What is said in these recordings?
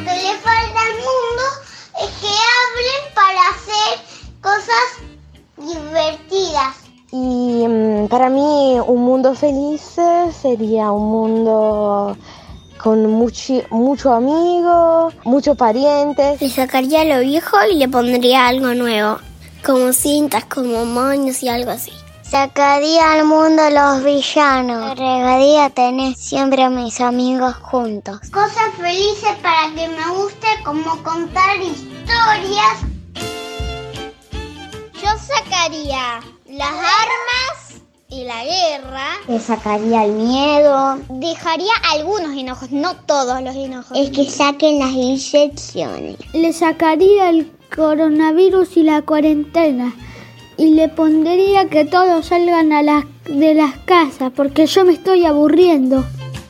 que le falta al mundo es que hablen para hacer cosas divertidas. Y para mí un mundo feliz sería un mundo con mucho amigo, muchos parientes. Le sacaría lo viejo y le pondría algo nuevo, como cintas, como moños y algo así. Sacaría al mundo los villanos. Agregaría tener siempre a mis amigos juntos. Cosas felices para que me guste, como contar historias. Yo sacaría las armas y la guerra. Le sacaría el miedo. Dejaría algunos hinojos, no todos los hinojos. Es que saquen las inyecciones. Le sacaría el coronavirus y la cuarentena. Y le pondría que todos salgan de las casas, porque yo me estoy aburriendo.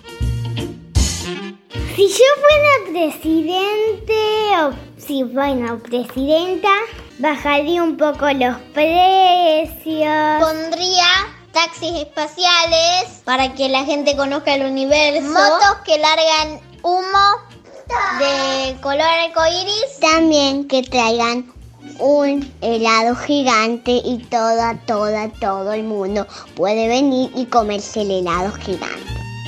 Si yo fuera presidente o presidenta, bajaría un poco los precios. Pondría taxis espaciales para que la gente conozca el universo. Motos que largan humo de color arcoíris. También que traigan un helado gigante y todo el mundo puede venir y comerse el helado gigante.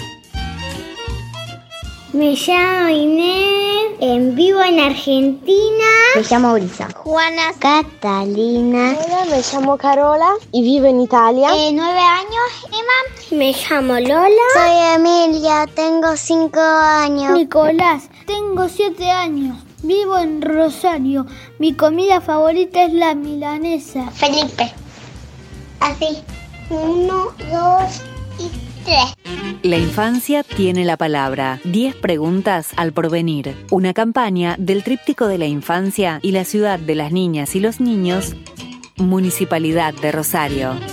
Me llamo Inés, vivo en Argentina. Me llamo Brisa. Juana. Catalina. Hola, me llamo Carola y vivo en Italia. 9 años, Emma. Me llamo Lola. Soy Emilia, tengo 5 años. Nicolás, tengo 7 años. Vivo en Rosario. Mi comida favorita es la milanesa. Felipe. Así. 1, 2 y 3. La infancia tiene la palabra. 10 preguntas al porvenir. Una campaña del Tríptico de la Infancia y la Ciudad de las Niñas y los Niños, Municipalidad de Rosario.